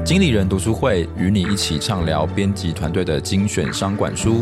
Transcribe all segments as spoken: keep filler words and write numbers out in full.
经理人读书会与你一起畅聊编辑团队的精选商管书。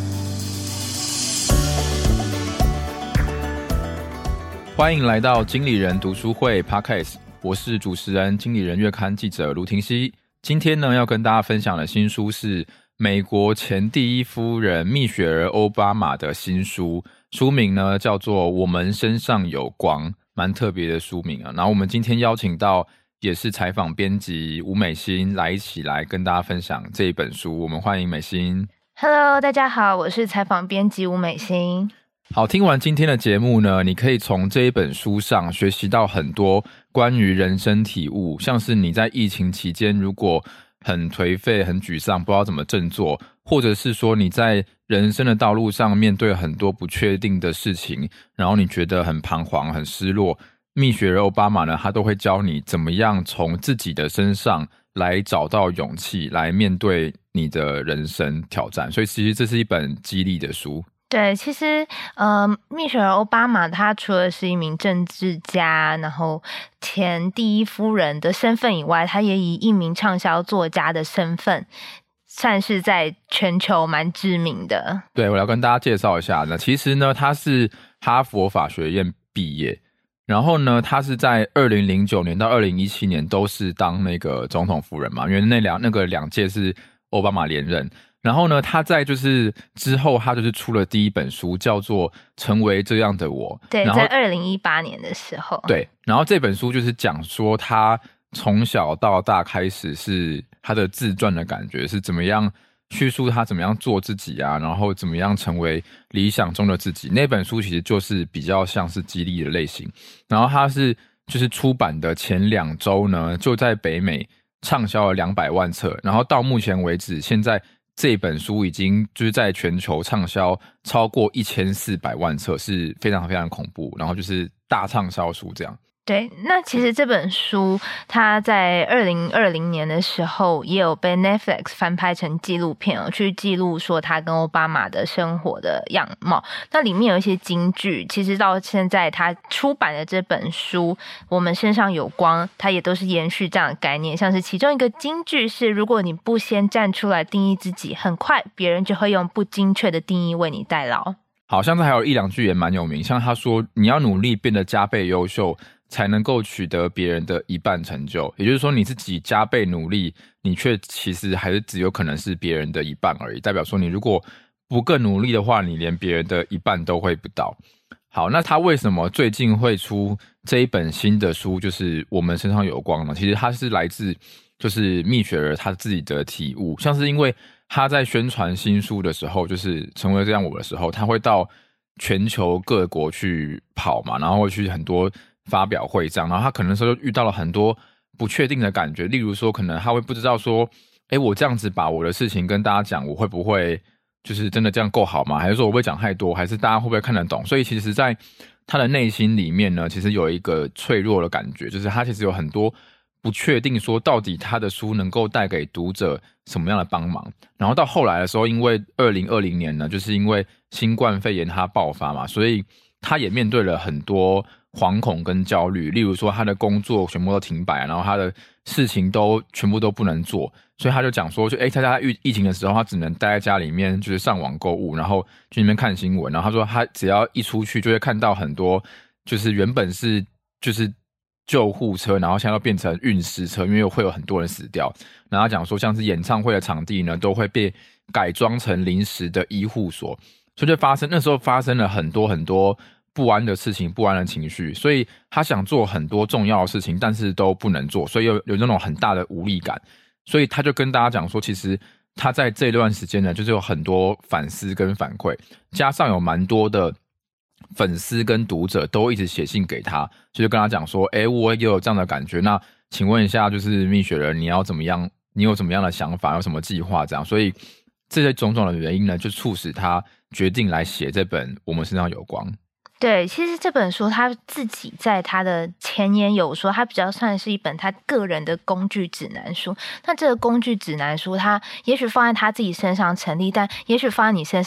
欢迎来到经理人读书会 Podcast， 我是主持人经理人月刊记者卢廷熙。今天呢，要跟大家分享的新书是美国前第一夫人蜜雪儿·奥巴马的新书，书名呢叫做《我们身上有光》，蛮特别的书名啊。然后我们今天邀请到也是采访编辑吴美馨来一起来跟大家分享这一本书。我们欢迎美馨。 Hello， 大家好，我是采访编辑吴美馨。 好，听完今天的节目呢，你可以从这一本书上学习到很多关于人生体悟，像是你在疫情期间如果很颓废很沮丧不知道怎么振作，或者是说你在人生的道路上面对很多不确定的事情，然后你觉得很彷徨很失落，蜜雪儿·奥巴马呢，他都会教你怎么样从自己的身上来找到勇气来面对你的人生挑战，所以其实这是一本激励的书。 对，其实呃，蜜雪儿·奥巴马她除了是一名政治家，然后前第一夫人的身份以外，她也以一名畅销作家的身份算是在全球蛮知名的。 对，我要跟大家介绍一下呢，其实呢她是哈佛法学院毕业，然后呢她是在二零零九年到二零一七年都是当那个总统夫人嘛，因为那两那个两届是奥巴马连任。然后呢，他在就是之后，他就是出了第一本书，叫做《成为这样的我》。 对，在二零一八年的时候。 对，然后这本书就是讲说他从小到大开始是他的自传的感觉，是怎么样叙述他怎么样做自己啊，然后怎么样成为理想中的自己。那本书其实就是比较像是激励的类型。然后他是就是出版的前两周呢，就在北美畅销了两百万册，然后到目前为止，现在这本书已经就是在全球畅销超过一千四百万册，是非常非常恐怖，然后就是大畅销书这样。 对，那其实这本书它在二零二零年的时候也有被 Netflix 翻拍成纪录片哦，去记录说他跟奥巴马的生活的样貌。那里面有一些金句，其实到现在他出版的这本书我们身上有光，它也都是延续这样的概念。像是其中一个金句是，如果你不先站出来定义自己，很快别人就会用不精确的定义为你代劳。 好像是还有一两句也蛮有名，像他说你要努力变得加倍优秀，才能够取得别人的一半成就。也就是说你自己加倍努力，你却其实还是只有可能是别人的一半而已，代表说你如果不更努力的话，你连别人的一半都会不到。好，那他为什么最近会出这一本新的书，就是我们身上有光呢？其实他是来自就是蜜雪儿他自己的体悟，像是因为他在宣传新书的时候，就是成为这样我的时候，他会到全球各国去跑嘛，然后会去很多发表会这样，然后他可能说遇到了很多不确定的感觉，例如说可能他会不知道说诶我这样子把我的事情跟大家讲，我会不会就是真的这样够好吗？还是说我会讲太多，还是大家会不会看得懂？所以其实在他的内心里面呢，其实有一个脆弱的感觉，就是他其实有很多不确定说到底他的书能够带给读者什么样的帮忙。然后到后来的时候，因为二零二零年呢，就是因为新冠肺炎它爆发嘛，所以他也面对了很多惶恐跟焦虑，例如说他的工作全部都停摆，然后他的事情都全部都不能做，所以他就讲说就诶在他疫情的时候，他只能待在家里面，就是上网购物，然后去那边看新闻。然后他说他只要一出去就会看到很多就是原本是就是救护车，然后现在都变成运尸车，因为会有很多人死掉。然后讲说像是演唱会的场地呢，都会被改装成临时的医护所，所以就发生那时候发生了很多很多不安的事情，不安的情绪，所以他想做很多重要的事情，但是都不能做，所以有有那种很大的无力感。所以他就跟大家讲说，其实他在这段时间呢，就是有很多反思跟反馈，加上有蛮多的粉丝跟读者都一直写信给他，就是跟他讲说诶我也有这样的感觉，那请问一下就是蜜雪儿你要怎么样，你有怎么样的想法，有什么计划这样。所以这些种种的原因呢，就促使他决定来写这本《我们身上有光》。 对，其实这本书他自己在他的前言有说，他比较算是一本他个人的工具指南书。那这个工具指南书，他也许放在他自己身上成立，但也许放在你身上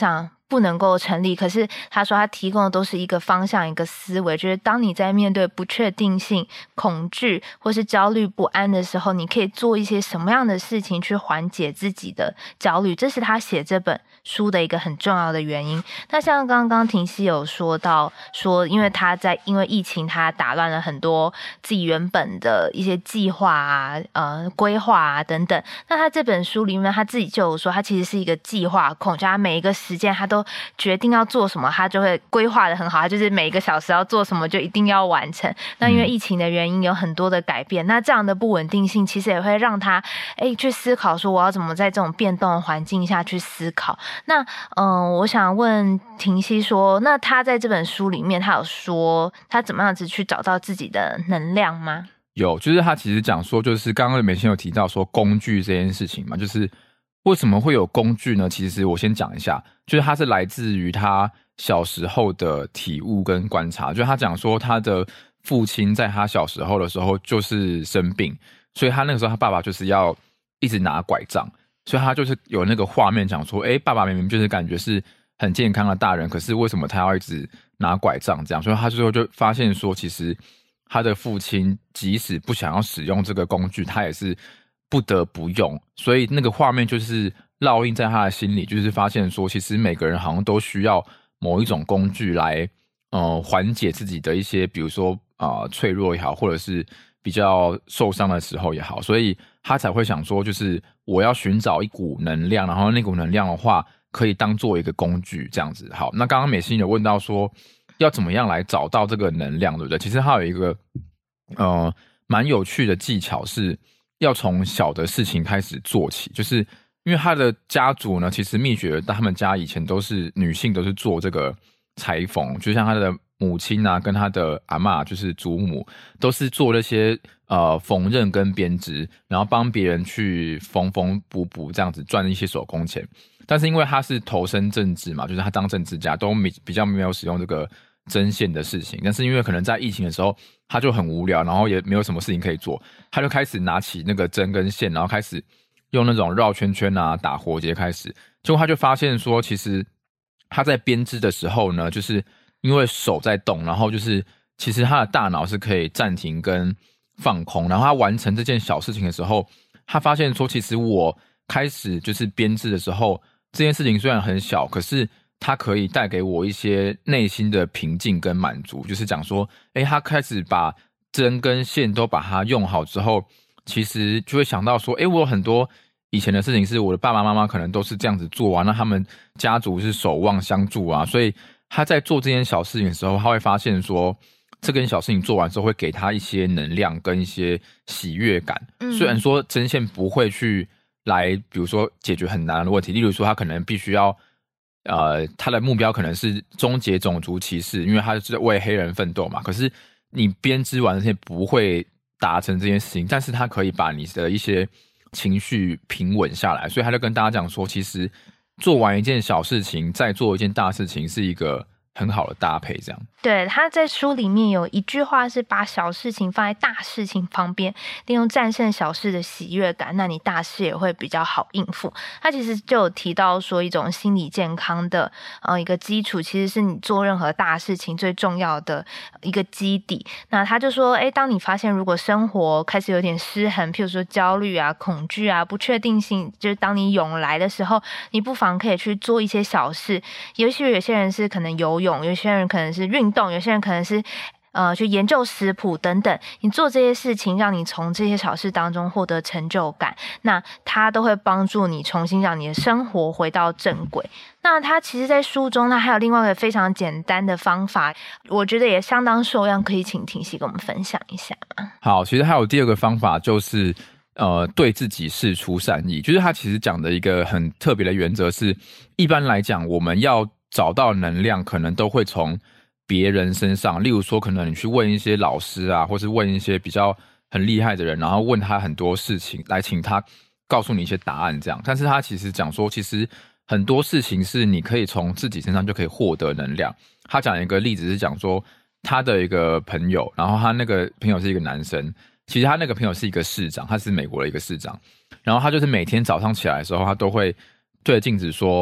不能够成立，可是他说他提供的都是一个方向一个思维，就是当你在面对不确定性、恐惧或是焦虑不安的时候，你可以做一些什么样的事情去缓解自己的焦虑，这是他写这本书的一个很重要的原因。那像刚刚庭熙有说到说，因为他在因为疫情他打乱了很多自己原本的一些计划啊、呃规划啊等等，那他这本书里面他自己就有说，他其实是一个计划控，就他每一个时间他都决定要做什么，他就会规划的很好，他就是每一个小时要做什么就一定要完成。那因为疫情的原因有很多的改变，那这样的不稳定性其实也会让他哎去思考说，我要怎么在这种变动的环境下去思考。那嗯、呃，我想问庭熙说，那他在这本书里面他有说他怎么样子去找到自己的能量吗？ 有，就是他其实讲说，就是刚刚美心有提到说工具这件事情嘛，就是为什么会有工具呢？其实我先讲一下，就是他是来自于他小时候的体悟跟观察，就是他讲说他的父亲在他小时候的时候就是生病，所以他那个时候他爸爸就是要一直拿拐杖，所以他就是有那个画面讲说，诶，爸爸明明就是感觉是很健康的大人，可是为什么他要一直拿拐杖这样？所以他最后就发现说，其实他的父亲即使不想要使用这个工具，他也是不得不用，所以那个画面就是烙印在他的心里，就是发现说，其实每个人好像都需要某一种工具来呃缓解自己的一些，比如说啊、呃、脆弱也好，或者是比较受伤的时候也好，所以他才会想说，就是我要寻找一股能量，然后那股能量的话可以当做一个工具这样子。好，那刚刚美心有问到说要怎么样来找到这个能量，对不对？其实它有一个呃蛮有趣的技巧，是要从小的事情开始做起，就是因为他的家族呢，其实秘诀他们家以前都是女性都是做这个裁缝，就像他的母亲啊跟他的阿嬷就是祖母都是做那些呃缝纫跟编织，然后帮别人去缝缝补补这样子赚一些手工钱。但是因为他是投身政治嘛，就是他当政治家都比较没有使用这个针线的事情，但是因为可能在疫情的时候他就很无聊，然后也没有什么事情可以做，他就开始拿起那个针跟线，然后开始用那种绕圈圈啊打活结开始，结果他就发现说，其实他在编织的时候呢，就是因为手在动，然后就是其实他的大脑是可以暂停跟放空，然后他完成这件小事情的时候，他发现说，其实我开始就是编织的时候，这件事情虽然很小，可是它可以带给我一些内心的平静跟满足，就是讲说，诶，他开始把针跟线都把它用好之后，其实就会想到说，诶，我有很多以前的事情是我的爸爸妈妈可能都是这样子做啊，那他们家族是守望相助啊，所以他在做这件小事情的时候，他会发现说，这件小事情做完之后会给他一些能量跟一些喜悦感。嗯、虽然说针线不会去来，比如说解决很难的问题，例如说他可能必须要，呃，他的目标可能是终结种族歧视，因为他是为黑人奋斗嘛。可是你编织完这些不会达成这件事情，但是他可以把你的一些情绪平稳下来，所以他就跟大家讲说，其实做完一件小事情，再做一件大事情是一个很好的搭配，这样。 对，他在书里面有一句话是把小事情放在大事情旁边，利用战胜小事的喜悦感，那你大事也会比较好应付。他其实就有提到说，一种心理健康的呃一个基础，其实是你做任何大事情最重要的一个基底。那他就说，哎，当你发现如果生活开始有点失衡，譬如说焦虑啊、恐惧啊、不确定性，就是当你涌来的时候，你不妨可以去做一些小事。也许有些人是可能游泳，有些人可能是运动，有些人可能是呃去研究食谱等等。你做这些事情，让你从这些小事当中获得成就感，那它都会帮助你重新让你的生活回到正轨。那他其实在书中，他还有另外一个非常简单的方法，我觉得也相当受用，可以请庭熙跟我们分享一下吗？ 好，其实还有第二个方法，就是呃对自己释出善意，就是他其实讲的一个很特别的原则是，一般来讲我们要找到能量，可能都会从别人身上，例如说可能你去问一些老师啊，或是问一些比较很厉害的人，然后问他很多事情，来请他告诉你一些答案这样。但是他其实讲说，其实很多事情是你可以从自己身上就可以获得能量。他讲一个例子是讲说，他的一个朋友，然后他那个朋友是一个男生，其实他那个朋友是一个市长，他是美国的一个市长，然后他就是每天早上起来的时候，他都会对着镜子说，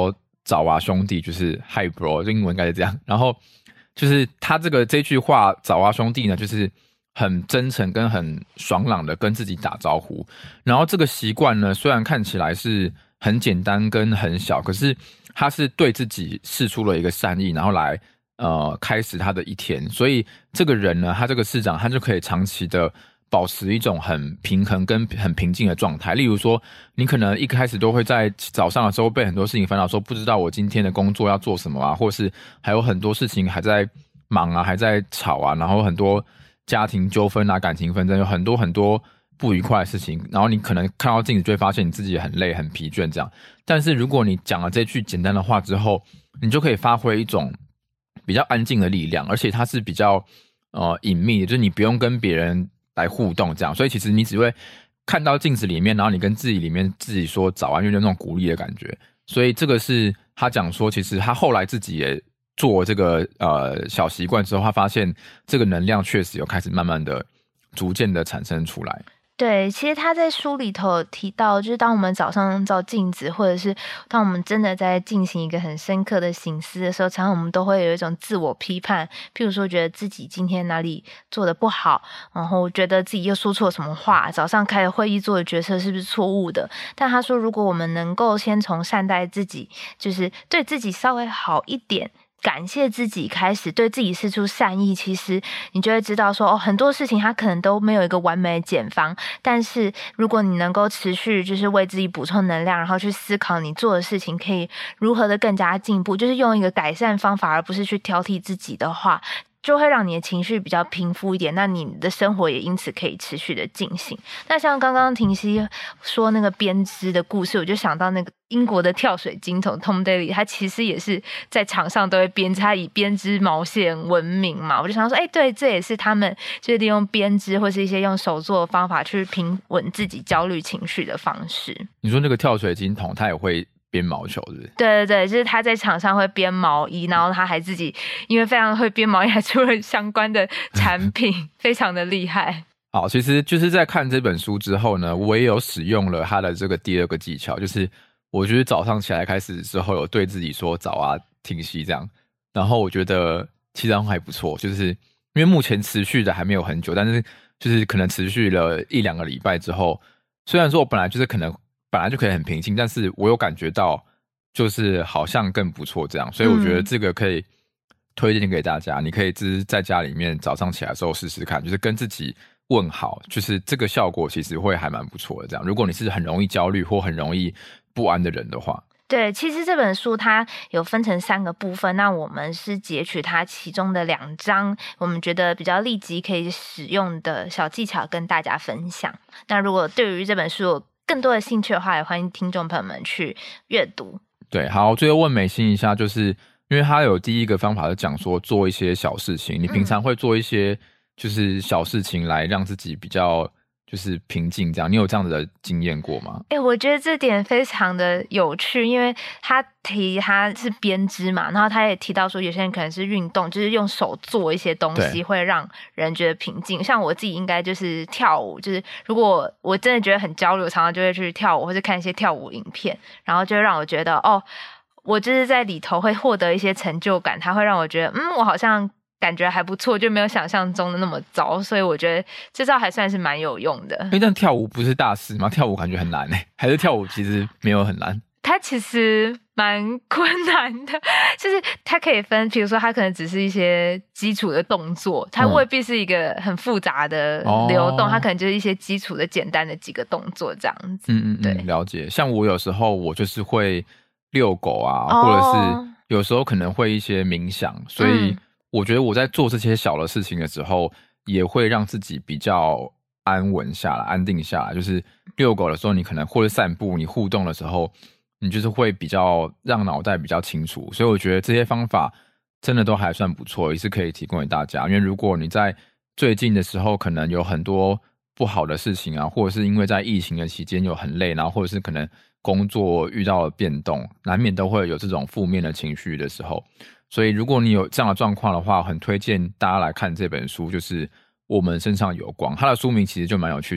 早啊兄弟，就是 Hi bro， 英文应该是这样。然后就是他这个这句话早啊兄弟呢，就是很真诚跟很爽朗的跟自己打招呼。然后这个习惯呢，虽然看起来是很简单跟很小，可是他是对自己释出了一个善意，然后来呃开始他的一天。所以这个人呢，他这个市长他就可以长期的保持一种很平衡跟很平静的状态。例如说，你可能一开始都会在早上的时候被很多事情烦恼，说不知道我今天的工作要做什么啊，或是还有很多事情还在忙啊，还在吵啊，然后很多家庭纠纷啊、感情纷争，有很多很多不愉快的事情。然后你可能看到镜子就会发现你自己很累、很疲倦这样。但是如果你讲了这句简单的话之后，你就可以发挥一种比较安静的力量，而且它是比较呃隐秘的，就是你不用跟别人来互动这样，所以其实你只会看到镜子里面，然后你跟自己里面自己说早安，因为那种鼓励的感觉。所以这个是他讲说，其实他后来自己也做这个呃小习惯之后，他发现这个能量确实有开始慢慢的、逐渐的产生出来。 对，其实他在书里头有提到，就是当我们早上照镜子，或者是当我们真的在进行一个很深刻的省思的时候，常常我们都会有一种自我批判，譬如说觉得自己今天哪里做得不好，然后觉得自己又说错什么话，早上开的会议做的决策是不是错误的。但他说，如果我们能够先从善待自己，就是对自己稍微好一点，感谢自己开始，对自己释出善意，其实你就会知道说，哦，很多事情它可能都没有一个完美的解方，但是如果你能够持续就是为自己补充能量，然后去思考你做的事情可以如何的更加进步，就是用一个改善方法而不是去挑剔自己的话，就会让你的情绪比较平复一点，那你的生活也因此可以持续的进行。那像刚刚庭熙说那个编织的故事，我就想到那个英国的跳水金童 Tom Daley， 他其实也是在场上都会编织，他以编织毛线闻名嘛。我就想说，哎、欸，对，这也是他们就是利用编织或是一些用手做的方法去平稳自己焦虑情绪的方式。 你说那个跳水金童，他也会编毛球是不是？ 对对对，就是他在场上会编毛衣，然后他还自己因为非常会编毛衣，还出了相关的产品，非常的厉害。 好，其实就是在看这本书之后呢，我也有使用了他的这个第二个技巧，就是我觉得早上起来开始之后，有对自己说早啊、停息这样，然后我觉得其实还不错，就是因为目前持续的还没有很久，但是就是可能持续了一两个礼拜之后，虽然说我本来就是可能本来就可以很平静，但是我有感觉到就是好像更不错这样，所以我觉得这个可以推荐给大家，嗯、你可以只是在家里面早上起来的时候试试看，就是跟自己问好，就是这个效果其实会还蛮不错的这样。如果你是很容易焦虑或很容易不安的人的话。 对，其实这本书它有分成三个部分，那我们是截取它其中的两章，我们觉得比较立即可以使用的小技巧跟大家分享。那如果对于这本书有更多的兴趣的话，也欢迎听众朋友们去阅读。 对，好，最后问美心一下，就是因为他有第一个方法是讲说做一些小事情，你平常会做一些就是小事情来让自己比较就是平静这样，你有这样子的经验过吗？ 哎、欸，我觉得这点非常的有趣，因为他提他是编织嘛，然后他也提到说有些人可能是运动，就是用手做一些东西会让人觉得平静。像我自己应该就是跳舞，就是如果我真的觉得很焦虑，我常常就会去跳舞或是看一些跳舞影片，然后就会让我觉得哦，我就是在里头会获得一些成就感，它会让我觉得嗯，我好像感觉还不错，就没有想象中的那么糟，所以我觉得这招还算是蛮有用的。 欸，但跳舞不是大事吗？跳舞感觉很难欸，还是跳舞其实没有很难？ 它其实蛮困难的，就是它可以分，比如说它可能只是一些基础的动作，它未必是一个很复杂的流动，嗯、它可能就是一些基础的简单的几个动作这样子。 嗯嗯嗯，对，了解。像我有时候我就是会遛狗啊，哦、或者是有时候可能会一些冥想，所以、嗯。我觉得我在做这些小的事情的时候，也会让自己比较安稳下来、安定下来。就是遛狗的时候，你可能或者散步，你互动的时候，你就是会比较让脑袋比较清楚。所以我觉得这些方法真的都还算不错，也是可以提供给大家。因为如果你在最近的时候，可能有很多不好的事情啊，或者是因为在疫情的期间有很累，然后或者是可能工作遇到了变动，难免都会有这种负面的情绪的时候。所以如果你有这样的状况的话，很推荐大家来看这本书，就是我们身上有光。它的书名其实就蛮有趣，就是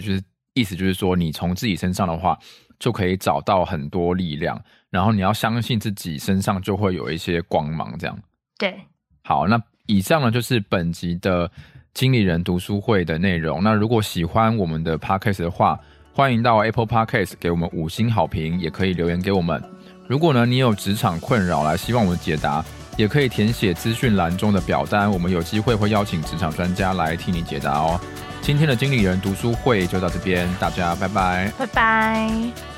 意思就是说，你从自己身上的话，就可以找到很多力量，然后你要相信自己身上就会有一些光芒，这样。 对， 好，那以上呢就是本集的经理人读书会的内容。那如果喜欢我们的 Podcast 的话，欢迎到 Apple Podcast 给我们五星好评，也可以留言给我们。如果呢你有职场困扰来希望我们解答，也可以填写资讯栏中的表单，我们有机会会邀请职场专家来替你解答哦。今天的经理人读书会就到这边，大家拜拜， 拜拜。